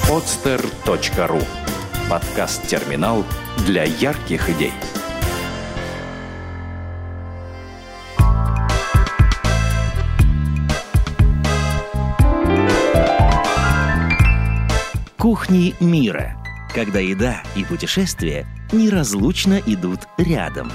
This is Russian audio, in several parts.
podster.ru. Подкаст-терминал для ярких идей. Кухни мира. Когда еда и путешествия неразлучно идут рядом.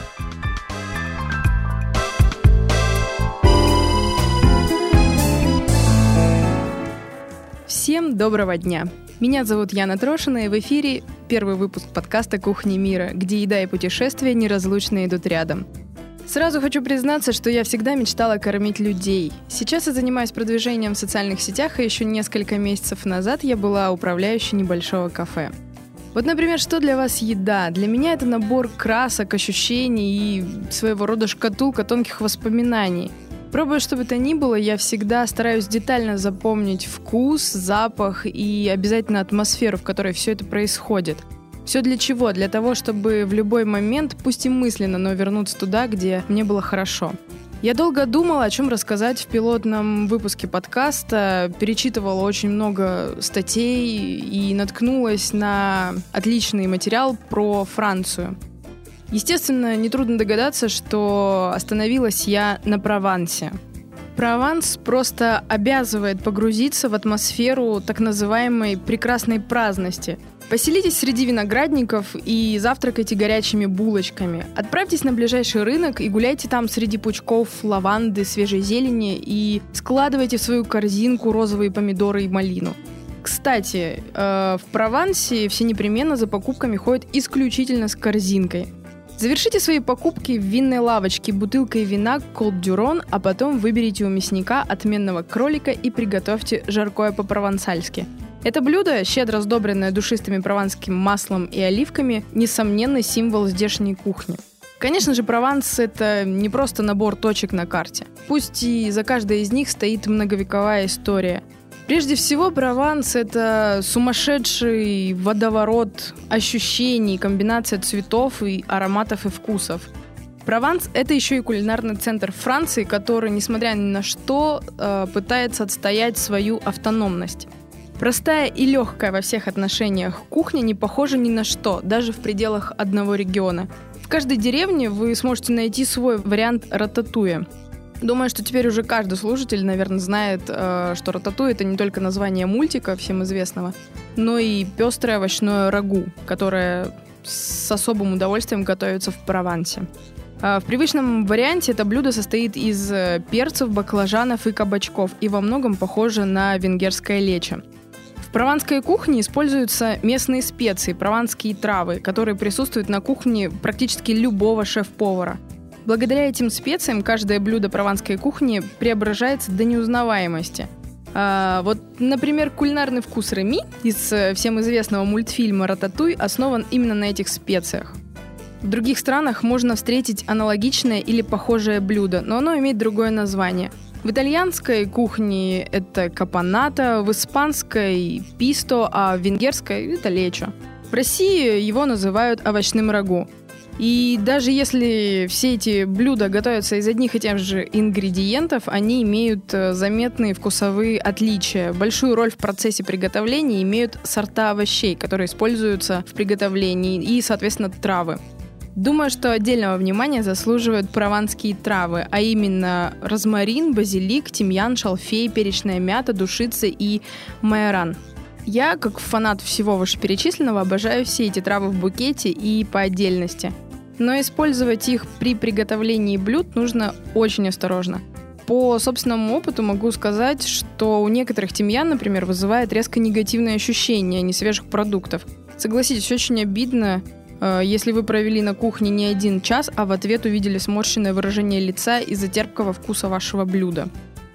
Всем доброго дня! Меня зовут Яна Трошина, и в эфире первый выпуск подкаста «Кухни мира», где еда и путешествия неразлучно идут рядом. Сразу хочу признаться, что я всегда мечтала кормить людей. Сейчас я занимаюсь продвижением в социальных сетях, и еще несколько месяцев назад я была управляющей небольшого кафе. Вот, например, что для вас еда? Для меня это набор красок, ощущений и своего рода шкатулка тонких воспоминаний. Пробуя что бы то ни было, я всегда стараюсь детально запомнить вкус, запах и обязательно атмосферу, в которой все это происходит. Все для чего? Для того, чтобы в любой момент, пусть и мысленно, но вернуться туда, где мне было хорошо. Я долго думала, о чем рассказать в пилотном выпуске подкаста, перечитывала очень много статей и наткнулась на отличный материал про Францию. Естественно, нетрудно догадаться, что остановилась я на Провансе. Прованс просто обязывает погрузиться в атмосферу так называемой прекрасной праздности. Поселитесь среди виноградников и завтракайте горячими булочками. Отправьтесь на ближайший рынок и гуляйте там среди пучков лаванды, свежей зелени и складывайте в свою корзинку розовые помидоры и малину. Кстати, в Провансе все непременно за покупками ходят исключительно с корзинкой. Завершите свои покупки в винной лавочке бутылкой вина Côte d'Iron, а потом выберите у мясника отменного кролика и приготовьте жаркое по-провансальски. Это блюдо, щедро сдобренное душистым прованским маслом и оливками, несомненный символ здешней кухни. Конечно же, Прованс – это не просто набор точек на карте. Пусть и за каждой из них стоит многовековая история. Прежде всего, Прованс – это сумасшедший водоворот ощущений, комбинация цветов и ароматов и вкусов. Прованс – это еще и кулинарный центр Франции, который, несмотря ни на что, пытается отстоять свою автономность. Простая и легкая во всех отношениях кухня не похожа ни на что, даже в пределах одного региона. В каждой деревне вы сможете найти свой вариант рататуя. Думаю, что теперь уже каждый слушатель, наверное, знает, что рататуй – это не только название мультика, всем известного, но и пестрое овощное рагу, которое с особым удовольствием готовится в Провансе. В привычном варианте это блюдо состоит из перцев, баклажанов и кабачков и во многом похоже на венгерское лечо. В прованской кухне используются местные специи, прованские травы, которые присутствуют на кухне практически любого шеф-повара. Благодаря этим специям каждое блюдо прованской кухни преображается до неузнаваемости. Вот, например, кулинарный вкус Реми из всем известного мультфильма «Рататуй» основан именно на этих специях. В других странах можно встретить аналогичное или похожее блюдо, но оно имеет другое название. В итальянской кухне это капоната, в испанской – писто, а в венгерской – это лечо. В России его называют овощным рагу. И даже если все эти блюда готовятся из одних и тех же ингредиентов, они имеют заметные вкусовые отличия. Большую роль в процессе приготовления имеют сорта овощей, которые используются в приготовлении, и, соответственно, травы. Думаю, что отдельного внимания заслуживают прованские травы, а именно розмарин, базилик, тимьян, шалфей, перечная мята, душица и майоран. Я, как фанат всего вышеперечисленного, обожаю все эти травы в букете и по отдельности. Но использовать их при приготовлении блюд нужно очень осторожно. По собственному опыту могу сказать, что у некоторых тимьян, например, вызывает резко негативные ощущения несвежих продуктов. Согласитесь, очень обидно, если вы провели на кухне не 1 час, а в ответ увидели сморщенное выражение лица из-за терпкого вкуса вашего блюда.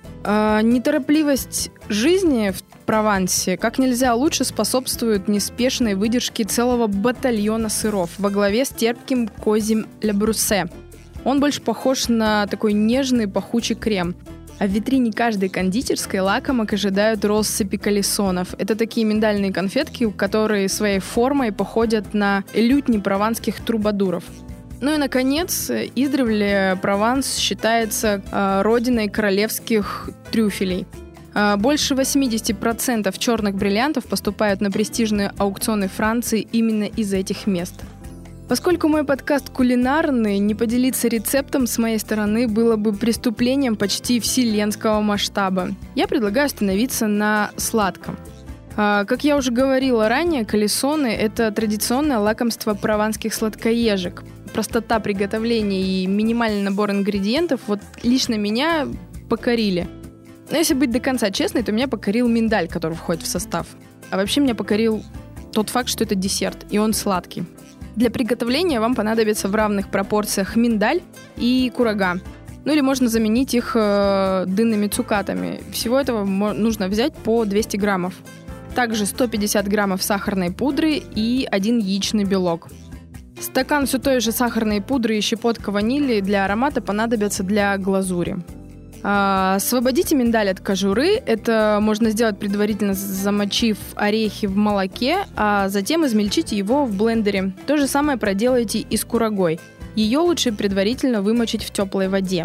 Неторопливость жизни в Провансе как нельзя лучше способствует неспешной выдержке целого батальона сыров во главе с терпким козьим ле бруссе. Он больше похож на такой нежный пахучий крем. А в витрине каждой кондитерской лакомок ожидают россыпи колесонов. Это такие миндальные конфетки, которые своей формой походят на лютни прованских трубадуров. Ну и, наконец, издревле Прованс считается родиной королевских трюфелей. Больше 80% черных бриллиантов поступают на престижные аукционы Франции именно из этих мест. Поскольку мой подкаст кулинарный, не поделиться рецептом с моей стороны было бы преступлением почти вселенского масштаба. Я предлагаю остановиться на сладком. Как я уже говорила ранее, калесоны – это традиционное лакомство прованских сладкоежек. Простота приготовления и минимальный набор ингредиентов лично меня покорили. Но если быть до конца честной, то меня покорил миндаль, который входит в состав. А вообще меня покорил тот факт, что это десерт, и он сладкий. Для приготовления вам понадобится в равных пропорциях миндаль и курага. Или можно заменить их дынными цукатами. Всего этого нужно взять по 200 граммов. Также 150 граммов сахарной пудры и 1 яичный белок. Стакан все той же сахарной пудры и щепотка ванили для аромата понадобятся для глазури. Освободите миндаль от кожуры. Это можно сделать предварительно, замочив орехи в молоке, а затем измельчите его в блендере. То же самое проделайте и с курагой. Ее лучше предварительно вымочить в теплой воде.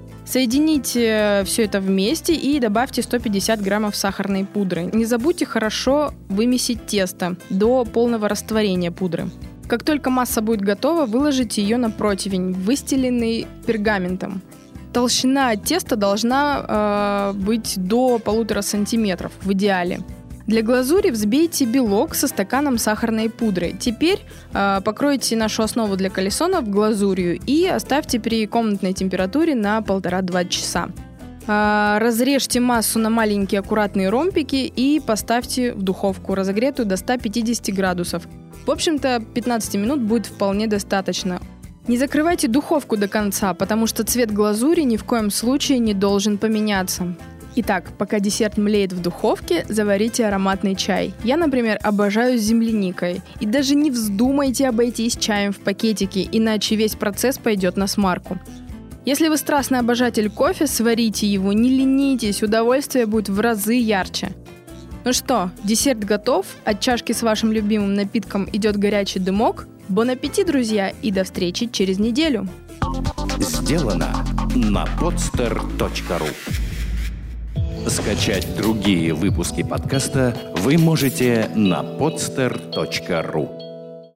Соедините все это вместе и добавьте 150 граммов сахарной пудры. Не забудьте хорошо вымесить тесто до полного растворения пудры. Как только масса будет готова, выложите ее на противень, выстеленный пергаментом. Толщина теста должна быть до 1,5 сантиметров в идеале. Для глазури взбейте белок со стаканом сахарной пудры. Теперь покройте нашу основу для калесонов глазурью и оставьте при комнатной температуре на 1,5-2 часа. Разрежьте массу на маленькие аккуратные ромбики и поставьте в духовку, разогретую до 150 градусов. В общем-то, 15 минут будет вполне достаточно. Не закрывайте духовку до конца, потому что цвет глазури ни в коем случае не должен поменяться. Итак, пока десерт млеет в духовке, заварите ароматный чай. Я, например, обожаю с земляникой. И даже не вздумайте обойтись чаем в пакетике, иначе весь процесс пойдет на смарку. Если вы страстный обожатель кофе, сварите его, не ленитесь, удовольствие будет в разы ярче. Ну что, десерт готов, от чашки с вашим любимым напитком идет горячий дымок. Бон аппетит, друзья, и до встречи через неделю. Сделано на podster.ru. Скачать другие выпуски подкаста вы можете на podster.ru.